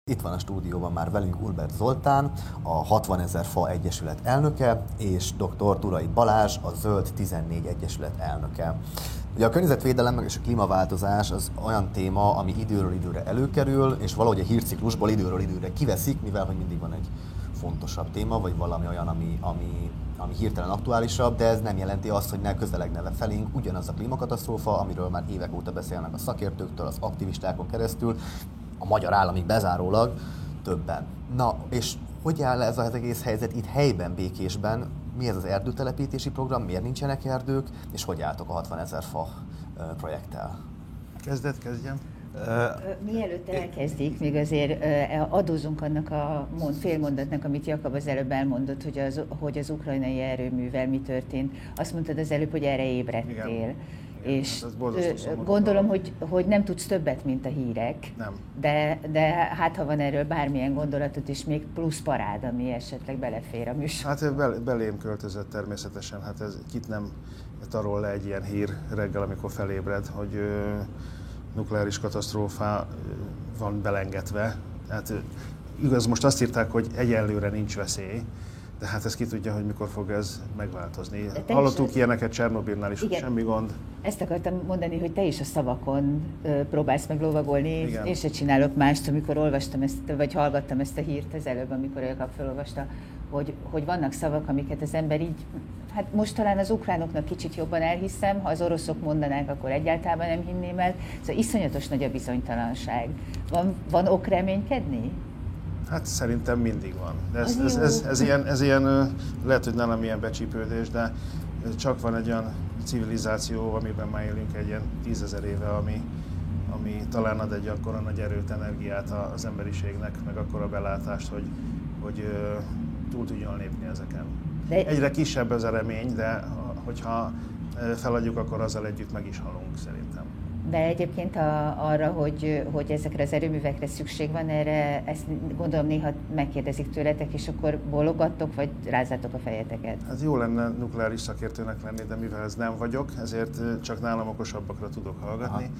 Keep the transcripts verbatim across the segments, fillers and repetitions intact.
Itt van a stúdióban már velünk Ulbert Zoltán, a hatvanezer fa egyesület elnöke, és dr. Turai Balázs, a Zöld tizennégy egyesület elnöke. Ugye a környezetvédelem és a klímaváltozás az olyan téma, ami időről időre előkerül, és valahogy a hírciklusból időről időre kiveszik, mivel hogy mindig van egy fontosabb téma, vagy valami olyan, ami, ami, ami hirtelen aktuálisabb, de ez nem jelenti azt, hogy ne közelegne le felénk ugyanaz a klímakatasztrófa, amiről már évek óta beszélnek a szakértőktől, az aktivistákon keresztül, a magyar államig bezárólag többen. Na, és hogy áll ez az egész helyzet itt helyben, Békésben? Mi ez az erdőtelepítési program, miért nincsenek erdők, és hogy álltok a hatvanezer fa projekttel? Kezdet, kezdjem. Mielőtt elkezdik, még azért adózunk annak a mond, félmondatnak, amit Jakab az előbb elmondott, hogy az, hogy az ukrajnai erőművel mi történt. Azt mondtad az előbb, hogy erre ébredtél. Igen. És hát gondolom, hogy, hogy nem tudsz többet, mint a hírek, nem. De, de hát ha van erről bármilyen gondolatod, és még plusz parád, ami esetleg belefér a műsorba. Hát bel, belém költözött természetesen, hát ez kit nem tarol le egy ilyen hír reggel, amikor felébred, hogy ö, nukleáris katasztrófa van belengetve. Hát igaz, most azt írták, hogy egyelőre nincs veszély, de hát ez ki tudja, hogy mikor fog ez megváltozni. Hallottunk ilyeneket Csernobilnál is, hogy semmi gond. Ezt akartam mondani, hogy te is a szavakon ö, próbálsz meg lovagolni. Igen. Én se csinálok mást, amikor olvastam ezt, vagy hallgattam ezt a hírt az előbb, amikor Jakab felolvasta, hogy, hogy vannak szavak, amiket az ember így, hát most talán az ukránoknak kicsit jobban elhiszem, ha az oroszok mondanák, akkor egyáltalán nem hinném el. Szóval iszonyatos nagy a bizonytalanság. Van, van ok reménykedni? Hát szerintem mindig van. De ez, ez, ez, ez, ilyen, ez ilyen, lehet, hogy nálam ilyen becsípődés, de csak van egy olyan civilizáció, amiben már élünk egy ilyen tízezer éve, ami, ami talán ad egy akkora nagy erőt, energiát az emberiségnek, meg akkora belátást, hogy, hogy túl tudjon lépni ezeken. De... Egyre kisebb ez a remény, de hogyha feladjuk, akkor azzal együtt meg is halunk szerintem. De egyébként a, arra, hogy, hogy ezekre az erőművekre szükség van, erre ezt gondolom néha megkérdezik tőletek, és akkor bólogattok, vagy rázzátok a fejeteket? Hát jó lenne nukleáris szakértőnek lenni, de mivel ez nem vagyok, ezért csak nálam okosabbakra tudok hallgatni.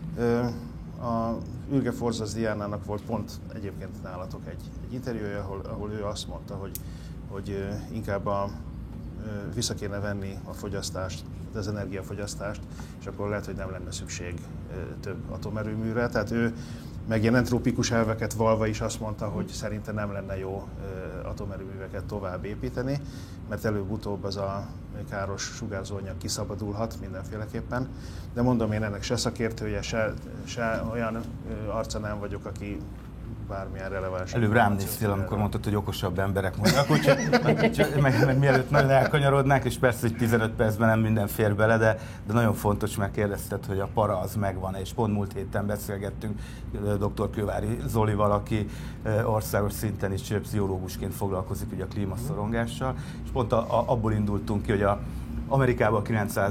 Aha. A Ürge Forzasz Diánának volt pont egyébként nálatok egy, egy interjúja, ahol, ahol ő azt mondta, hogy, hogy inkább a, vissza kéne venni a fogyasztást, az energiafogyasztást, és akkor lehet, hogy nem lenne szükség több atomerőműre. Tehát ő meg ilyen entropikus elveket valva is azt mondta, hogy szerinte nem lenne jó atomerőműveket tovább építeni, mert előbb-utóbb az a káros sugárzóanyag kiszabadulhat mindenféleképpen. De mondom, én ennek se szakértője, se, se olyan arca nem vagyok, aki bármilyen releváns. Előbb rám néztél, amikor mondtad, hogy okosabb emberek mondják, úgyhogy meg, meg mielőtt nagyon elkanyarodnánk, és persze, hogy tizenöt percben nem minden fér bele, de, de nagyon fontos, megkérdezted, hogy a para az megvan, és pont múlt héten beszélgettünk dr. Kővári Zolival, aki országos szinten is pszichológusként foglalkozik ugye a klímaszorongással, és pont a, a, abból indultunk ki, hogy a Amerikában a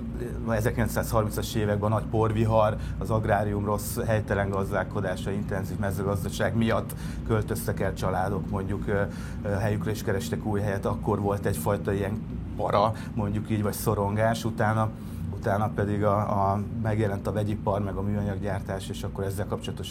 ezerkilencszázharmincas években nagy porvihar, az agrárium rossz, helytelen gazdálkodása, intenzív mezőgazdaság miatt költöztek el családok, mondjuk helyükre is kerestek új helyet, akkor volt egyfajta ilyen para, mondjuk így, vagy szorongás, utána utána pedig a, a, megjelent a vegyipar, meg a műanyaggyártás, és akkor ezzel kapcsolatos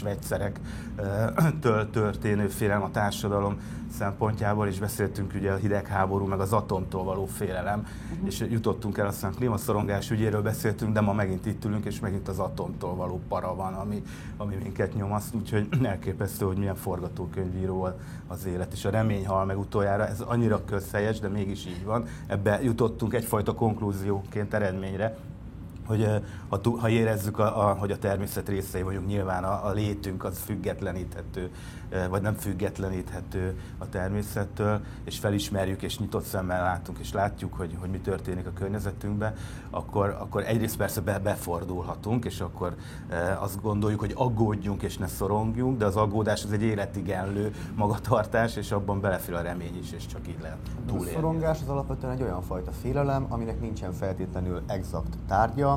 vegyszerektől történő félelem a társadalom szempontjából, és beszéltünk ugye a hidegháború, meg az atomtól való félelem, uh-huh. és jutottunk el, aztán a klímaszorongás ügyéről beszéltünk, de ma megint itt ülünk, és megint az atomtól való para van, ami, ami minket nyomaszt, úgyhogy elképesztő, hogy milyen forgatókönyvíró az élet, és a remény hal meg utoljára, ez annyira közhelyes, de mégis így van, ebbe jutottunk egyfajta konklúzióként eredményre, hogy ha, ha érezzük, a, a, hogy a természet részei vagyunk, nyilván a, a létünk az függetleníthető, vagy nem függetleníthető a természettől, és felismerjük, és nyitott szemmel látunk, és látjuk, hogy, hogy mi történik a környezetünkben, akkor, akkor egyrészt persze be, befordulhatunk, és akkor e, azt gondoljuk, hogy aggódjunk, és ne szorongjunk, de az aggódás az egy életigenlő magatartás, és abban belefér a remény is, és csak így lehet túlélni. A szorongás az alapvetően egy olyan fajta félelem, aminek nincsen feltétlenül exakt tárgya,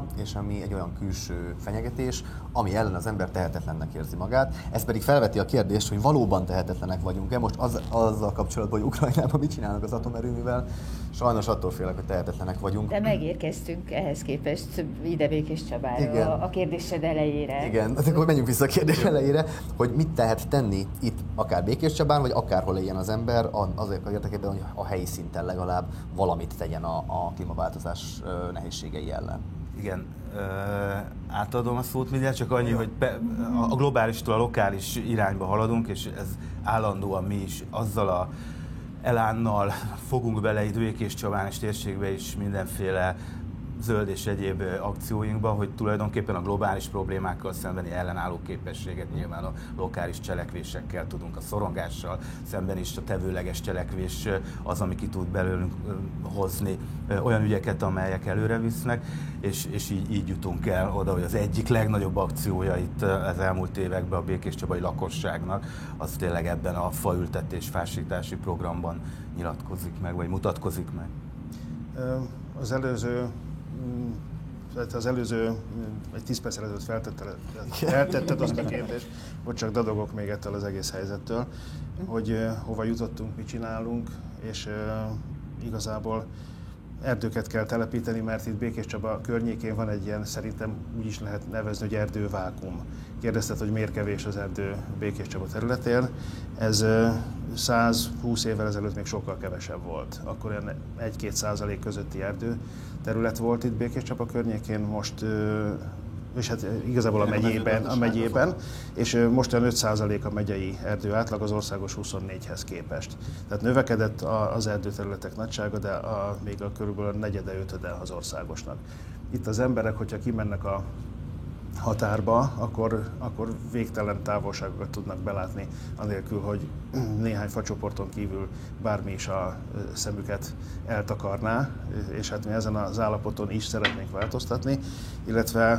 és ami egy olyan külső fenyegetés, ami ellen az ember tehetetlennek érzi magát. Ez pedig felveti a kérdést, hogy valóban tehetetlenek vagyunk-e. Most az, azzal kapcsolatban, hogy Ukrajnában mit csinálnak az atomerőművel, sajnos attól félek, hogy tehetetlenek vagyunk. De megérkeztünk ehhez képest ide Békés Csabára, a, a kérdésed elejére. Igen, akkor menjünk vissza a kérdés elejére, hogy mit tehet tenni itt, akár Békés Csabán, vagy akárhol éljen az ember, azért érdekében, hogy a helyi szinten legalább valamit tegyen a, a klímaváltozás nehézségei ellen. Igen, ö, átadom a szót mindjárt, csak annyi, hogy be, a globálistól a lokális irányba haladunk, és ez állandóan mi is azzal a elánnal fogunk bele itt Békés Csabán és térségbe is mindenféle zöld és egyéb akcióinkba, hogy tulajdonképpen a globális problémákkal szembeni ellenálló képességet nyilván a lokális cselekvésekkel tudunk, a szorongással szemben is a tevőleges cselekvés az, ami ki tud belőlünk hozni olyan ügyeket, amelyek előre visznek, és, és így, így jutunk el oda, hogy az egyik legnagyobb akciója itt az elmúlt években a békéscsabai lakosságnak, az tényleg ebben a faültetés, fásítási programban nyilatkozik meg, vagy mutatkozik meg. Az előző az előző, egy tíz perccel ezelőtt feltetted, feltetted azt a kérdést, hogy csak dadogok még ettől az egész helyzettől, hogy uh, hova jutottunk, mit csinálunk, és uh, igazából erdőket kell telepíteni, mert itt Békés Csaba környékén van egy ilyen, szerintem úgy is lehet nevezni, hogy erdővákum. Kérdezted, hogy miért kevés az erdő Békés Csaba területén. Ez uh, százhúsz évvel ezelőtt még sokkal kevesebb volt. Akkor ilyen egy-két százalék közötti erdő terület volt itt Békés Csaba környékén, most, és hát igazából a megyében, a megyében és most olyan öt százalék a megyei erdő átlag az országos huszonnégyhez képest. Tehát növekedett az erdőterületek nagysága, de a, még a körülbelül a negyede, ötöde az országosnak. Itt az emberek, hogyha kimennek a határba, akkor, akkor végtelen távolságokat tudnak belátni, anélkül, hogy néhány facsoporton kívül bármi is a szemüket eltakarná, és hát mi ezen az állapoton is szeretnénk változtatni, illetve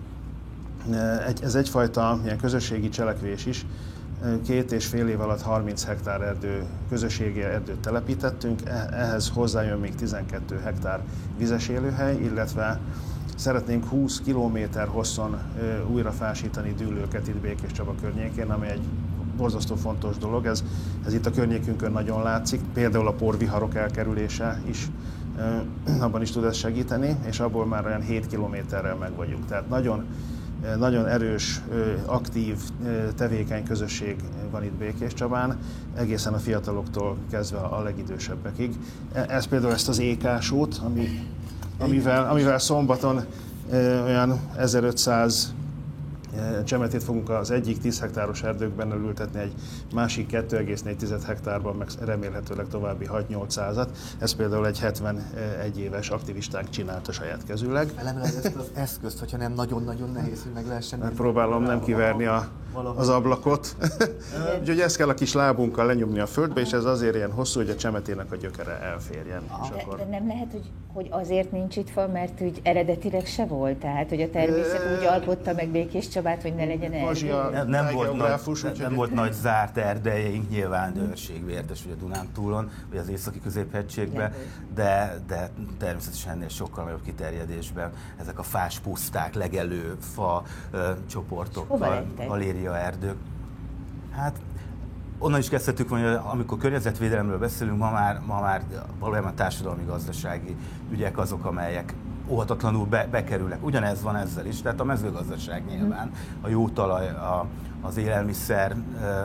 ez egyfajta ilyen közösségi cselekvés is. Két és fél év alatt harminc hektár erdő, közösségi erdőt telepítettünk, ehhez hozzájön még tizenkét hektár vizes élőhely, illetve szeretnénk húsz kilométer hosszon újra fásítani dűlőket itt Békés Csaba környékén, ami egy borzasztó fontos dolog. Ez, ez itt a környékünkön nagyon látszik, például a porviharok elkerülése is abban is tud ez segíteni, és abból már olyan hét kilométerrel meg vagyunk. Tehát nagyon, nagyon erős, aktív, tevékeny közösség van itt Békés Csabán, egészen a fiataloktól kezdve a legidősebbekig. Ez például ezt az ékásút, ami Amivel, amivel szombaton e, olyan ezerötszáz e, csemetét fogunk az egyik tíz hektáros erdőkben ültetni, egy másik kettő egész négy hektárban, meg remélhetőleg további hat-nyolcszázat. Ez például egy hetvenegy éves aktivistánk csinálta saját kezűleg. Elemeled ezt az eszközt, hogyha nem nagyon-nagyon nehéz, hogy meg lehessen. Próbálom nem kiverni a, az ablakot. Úgyhogy ezt kell a kis lábunkkal lenyomni a földbe, és ez azért ilyen hosszú, hogy a csemetének a gyökere elférjen. És de, akkor... de nem lehet, hogy, hogy azért nincs itt fa, mert úgy eredetileg se volt? Tehát, hogy a természet úgy alkotta meg Békés Csabát, hogy ne legyen erdő? Nem, nem, volt nagy, nem, nem volt nagy zárt erdejeink, nyilvánSégvértes, vagy a Dunántúlon, vagy az északi középhegységben, de, de természetesen ennél sokkal nagyobb kiterjedésben ezek a fás puszták, legelő fa ö, csoportok, galériaerdők. Hát onnan is kezdhetük, hogy amikor környezetvédelemről beszélünk, ma már, ma már valójában társadalmi-gazdasági ügyek azok, amelyek óhatatlanul be, bekerülnek. Ugyanez van ezzel is, tehát a mezőgazdaság nyilván, a jó talaj, a, az élelmiszer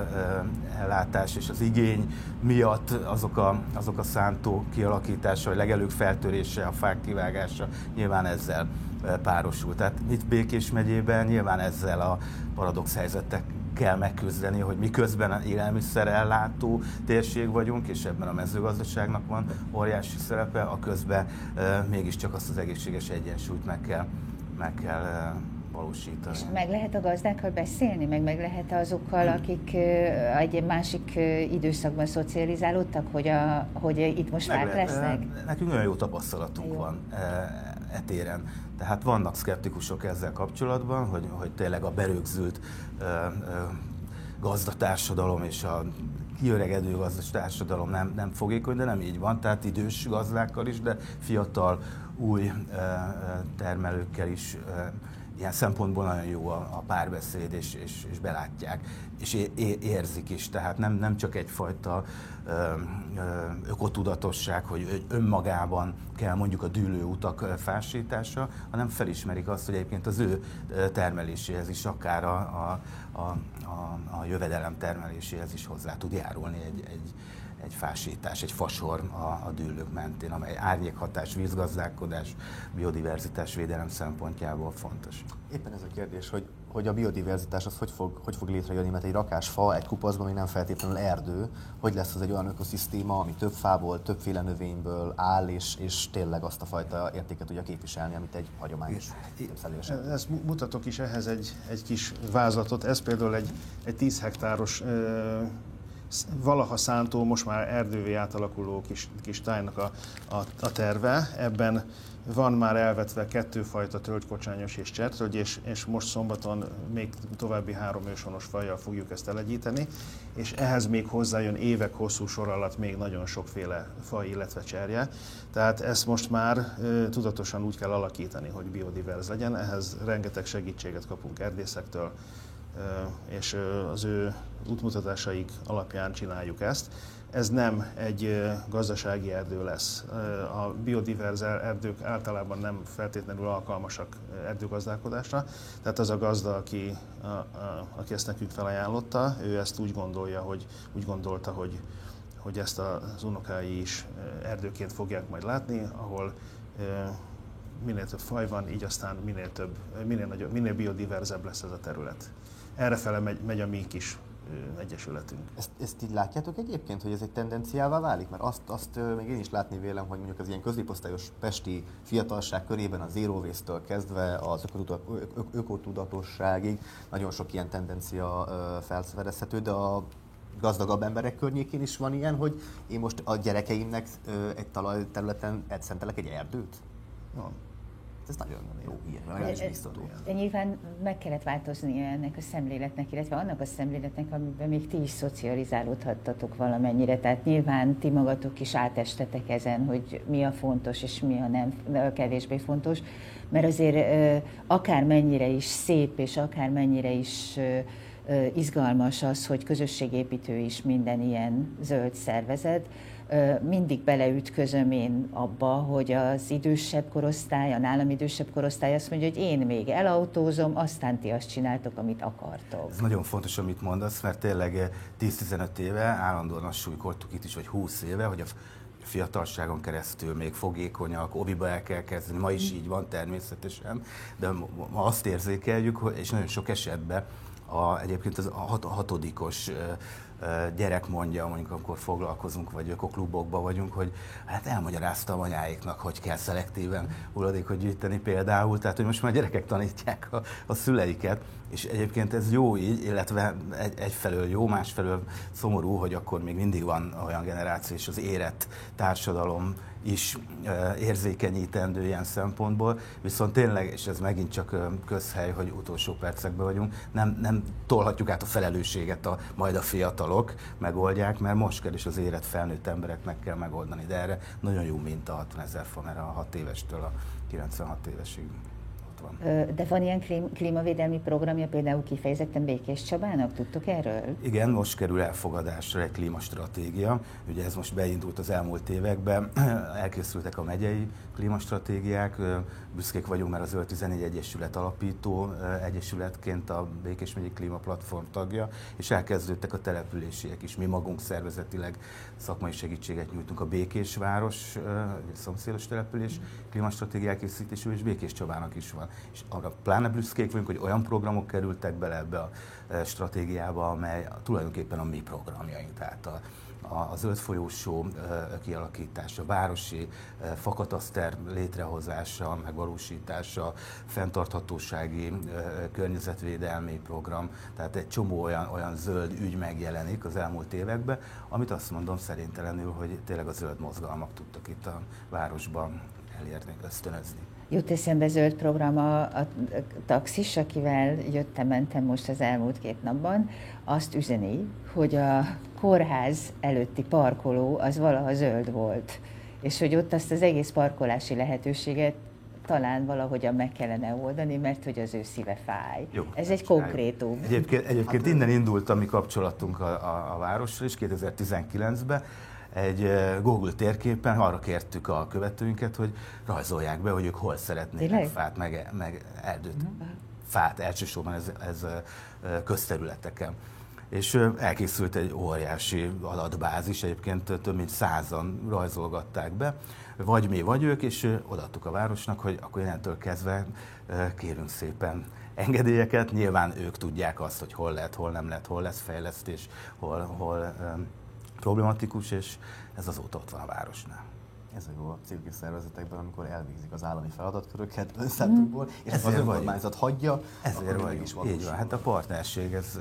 ellátás és az igény miatt azok a, azok a szántó kialakítása, vagy legelők feltörése, a fák kivágása nyilván ezzel párosul. Tehát itt Békés megyében nyilván ezzel a paradox helyzettel kell megküzdeni, hogy miközben élelmiszerellátó térség vagyunk, és ebben a mezőgazdaságnak van óriási szerepe, a közben e, mégiscsak azt az egészséges egyensúlyt meg kell, meg kell e, valósítani. És meg lehet a gazdákkal beszélni, meg meg lehet azokkal, akik egy másik időszakban szocializálódtak, hogy, a, hogy itt most fák lesznek? Nekünk nagyon jó tapasztalatunk jó. van e téren. Tehát vannak szkeptikusok ezzel kapcsolatban, hogy, hogy tényleg a berögzült ö, ö, gazdatársadalom és a kiöregedő gazdatársadalom nem, nem fogékony, de nem így van. Tehát idős gazdákkal is, de fiatal, új termelőkkel is ilyen szempontból nagyon jó a, a párbeszéd, és, és, és belátják, és é, érzik is. Tehát nem, nem csak egyfajta ö, ö, ökotudatosság, hogy önmagában kell mondjuk a dűlő utak fásítása, hanem felismerik azt, hogy egyébként az ő termeléséhez is, akár a, a, a, a, a jövedelem termeléséhez is hozzá tud járulni egy, egy, egy fásítás, egy fasor a, a dűlők mentén, amely árnyékhatás, vízgazdálkodás, biodiverzitás védelem szempontjából fontos. Éppen ez a kérdés, hogy, hogy a biodiverzitás az hogy fog, hogy fog létrejönni, mert egy rakás fa egy kupaszban még nem feltétlenül erdő, hogy lesz az egy olyan ökoszisztéma, ami több fából, többféle növényből áll, és, és tényleg azt a fajta értéket tudja képviselni, amit egy hagyományos szelés. Ezt mutatok is ehhez egy, egy kis vázlatot. Ez például egy, egy tíz hektáros ö, valaha szántó, most már erdővé átalakuló kis, kis tájnak a, a, a terve. Ebben van már elvetve kettőfajta tölgykocsányos és csertölgy, és, és most szombaton még további három őshonos fajjal fogjuk ezt elegyíteni, és ehhez még hozzájön évek hosszú sor alatt még nagyon sokféle faj, illetve cserje. Tehát ezt most már e, tudatosan úgy kell alakítani, hogy biodiverz legyen. Ehhez rengeteg segítséget kapunk erdészektől, és az ő útmutatásaik alapján csináljuk ezt. Ez nem egy gazdasági erdő lesz. A biodiverz erdők általában nem feltétlenül alkalmasak erdőgazdálkodásra, tehát az a gazda, aki, a, a, aki ezt nekünk felajánlotta, ő ezt úgy gondolja, hogy úgy gondolta, hogy, hogy ezt az unokái is erdőként fogják majd látni, ahol minél több faj van, így aztán minél több, minél, nagyobb, minél biodiverzebb lesz ez a terület. Errefele megy, megy a mi kis ö, egyesületünk. Ezt, ezt így látjátok egyébként, hogy ez egy tendenciává válik? Mert azt, azt ö, még én is látni vélem, hogy mondjuk az ilyen középosztályos pesti fiatalság körében a zero waste-től kezdve az ökotudatosságig nagyon sok ilyen tendencia ö, felfedezhető, de a gazdagabb emberek környékén is van ilyen, hogy én most a gyerekeimnek ö, egy talajterületen szentelek egy erdőt? Van. Ez nagyon jó hír, legalábbis biztató. Nyilván meg kellett változnia ennek a szemléletnek, illetve annak a szemléletnek, amiben még ti is szocializálódhattatok valamennyire. Tehát nyilván ti magatok is átestetek ezen, hogy mi a fontos és mi a nem a kevésbé fontos. Mert azért akármennyire is szép és akármennyire is izgalmas az, hogy közösségépítő is minden ilyen zöld szervezet, mindig beleütközöm én abba, hogy az idősebb korosztály, a nálam idősebb korosztály azt mondja, hogy én még elautózom, aztán ti azt csináltok, amit akartok. Ez nagyon fontos, amit mondasz, mert tényleg tíz-tizenöt éve állandóan azt súlykoltuk itt is, vagy húsz éve, hogy a fiatalságon keresztül még fogékonyak, oviba el kell kezdeni, ma is így van természetesen, de ma azt érzékeljük, és nagyon sok esetben a, egyébként az a hat, hatodikos gyerek mondja, mondjuk amikor foglalkozunk, vagy ökoklubokban vagyunk, hogy hát elmagyaráztam anyáiknak, hogy kell szelektíven hulladékot gyűjteni például, tehát hogy most már gyerekek tanítják a, a szüleiket, és egyébként ez jó így, illetve egy, egyfelől jó, másfelől szomorú, hogy akkor még mindig van olyan generáció, és az érett társadalom is érzékenyítendő ilyen szempontból, viszont tényleg, és ez megint csak közhely, hogy utolsó percekben vagyunk, nem, nem tolhatjuk át a felelősséget, a, majd a fiatalok megoldják, mert most kell is az érett felnőtt embereknek kell megoldani, de erre nagyon jó minta hatvanezer fa, mert a hat évestől a kilencvenhat évesig ott van. De van ilyen klímavédelmi programja például kifejezetten Békés Csabának? Tudtok erről? Igen, most kerül elfogadásra egy klímastratégia. Ugye ez most beindult az elmúlt években, elkészültek a megyei klímastratégiák, büszkék vagyunk, mert a Zöld tizennégy Egyesület alapító egyesületként a Békés megyei klímaplatform tagja, és elkezdődtek a településiek is. Mi magunk szervezetileg szakmai segítséget nyújtunk a Békésváros, szomszédos település klímastratégiák készítésű, és Békés Csabának is van. És arra pláne büszkék vagyunk, hogy olyan programok kerültek bele ebbe a stratégiába, amely tulajdonképpen a mi programjaink. Tehát a, a zöld folyósó kialakítása, városi fakataszter létrehozása, megvalósítása, fenntarthatósági környezetvédelmi program, tehát egy csomó olyan, olyan zöld ügy megjelenik az elmúlt években, amit azt mondom szerintelenül, hogy tényleg a zöld mozgalmak tudtak itt a városban elérni, ösztönözni. Jut eszembe zöld program a, a taxis, akivel jöttem-mentem most az elmúlt két napban, azt üzeni, hogy a kórház előtti parkoló az valaha zöld volt. és hogy ott azt az egész parkolási lehetőséget talán valahogyan meg kellene oldani, mert hogy az ő szíve fáj. Jó, ez egy konkrétum. Egyébként, egyébként hát, innen indult a mi kapcsolatunk a, a, a városra is kétezer-tizenkilencben. Egy Google térképen arra kértük a követőinket, hogy rajzolják be, hogy ők hol szeretnének Tényleg? fát, meg, meg erdőt. Uh-huh. Fát, elsősorban ez, ez közterületeken. És elkészült egy óriási adatbázis, egyébként több mint százan rajzolgatták be, vagy mi, vagy ők, és odaadtuk a városnak, hogy akkor innentől kezdve kérünk szépen engedélyeket. Nyilván ők tudják azt, hogy hol lehet, hol nem lehet, hol lesz fejlesztés, hol, hol um, problematikus, és ez azóta ott van a városnál. Ez a jó a civil szervezetekben, amikor elvégzik az állami feladatköröket önszántukból, mm. és az önkormányzat hagyja, ezért vagy is így van. Hát a partnerség, ez...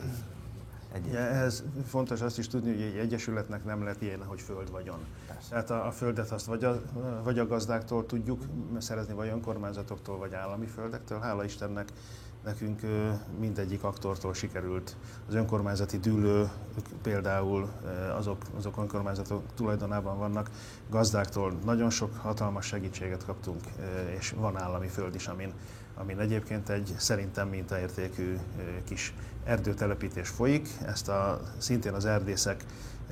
Ja, ehhez fontos azt is tudni, hogy egy egyesületnek nem lehet ilyen, hogy földvagyon. Persze. Tehát a, a földet azt vagy a, vagy a gazdáktól tudjuk szerezni, vagy önkormányzatoktól, vagy állami földektől. Hála Istennek nekünk mindegyik aktortól sikerült. Az önkormányzati dűlő például azok, azok önkormányzatok tulajdonában vannak, gazdáktól nagyon sok hatalmas segítséget kaptunk, és van állami föld is, amin, amin egyébként egy szerintem mintaértékű kis erdőtelepítés folyik. Ezt a, szintén az erdészek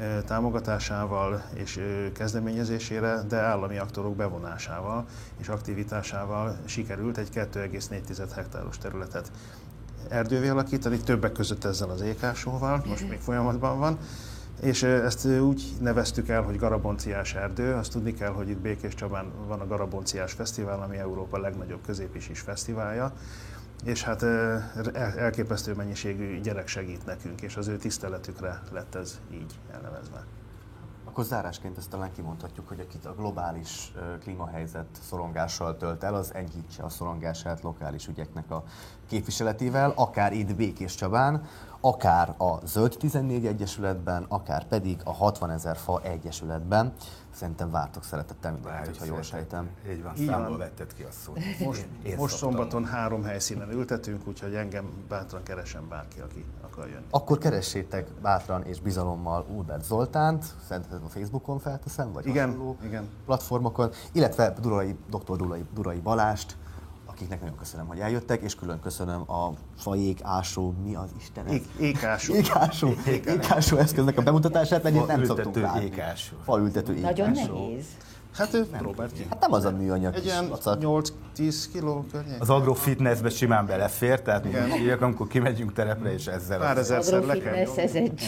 támogatásával és kezdeményezésére, de állami aktorok bevonásával és aktivitásával sikerült egy kettő egész négy hektáros területet erdővé alakítani, többek között ezzel az ékásóval, most még folyamatban van. És ezt úgy neveztük el, hogy Garabonciás erdő. Azt tudni kell, hogy itt Békéscsabán van a Garabonciás Fesztivál, ami Európa legnagyobb középisis fesztiválja. És hát elképesztő mennyiségű gyerek segít nekünk, és az ő tiszteletükre lett ez így elnevezve. Akkor zárásként ezt talán kimondhatjuk, hogy akit a globális klímahelyzet szorongással tölt el, az enyhítse a szorongását lokális ügyeknek a képviseletével, akár itt Békéscsabán, akár a Zöld tizennégy Egyesületben, akár pedig a hatvanezer fa Egyesületben. Szerintem vártok szeretettel mindenkit, hogyha jól sejtem. Így van, számból vetted ki a szót. Most, most szombaton három helyszínen ültetünk, úgyhogy engem bátran keresen bárki, aki akar jönni. Akkor keressétek bátran és bizalommal Ulbert Zoltánt, szerinted a Facebookon felteszem, vagy igen, hasonló igen. platformokon, illetve Durai, doktor Durai, Durai Balást, akiknek nagyon köszönöm, hogy eljöttek, és külön köszönöm a fajék, ásó, mi az Isten ez? Ék, ékásó. Ékásó. Ékásó eszköznek a bemutatását, mert itt nem szoktunk látni. Ékásó. Faültető ékásó. Nagyon nehéz. Hát ő próbált ki. Hát nem az a műanyag egy ilyen nyolc-tíz kiló környék. Az agrofitnessbe simán belefér, tehát így, amikor kimegyünk terepre, és ezzel... Pár ezerszer le kell nyomni. Ez egy...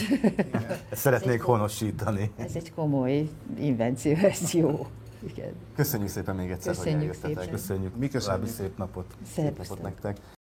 Ezt szeretnék honosítani. Ez egy komoly invenció, ez jó. Igen. Köszönjük szépen még egyszer, Köszönjük hogy eljöttetek. szépen. Köszönjük. Mi köszönjük. Szép napot. Szép napot nektek.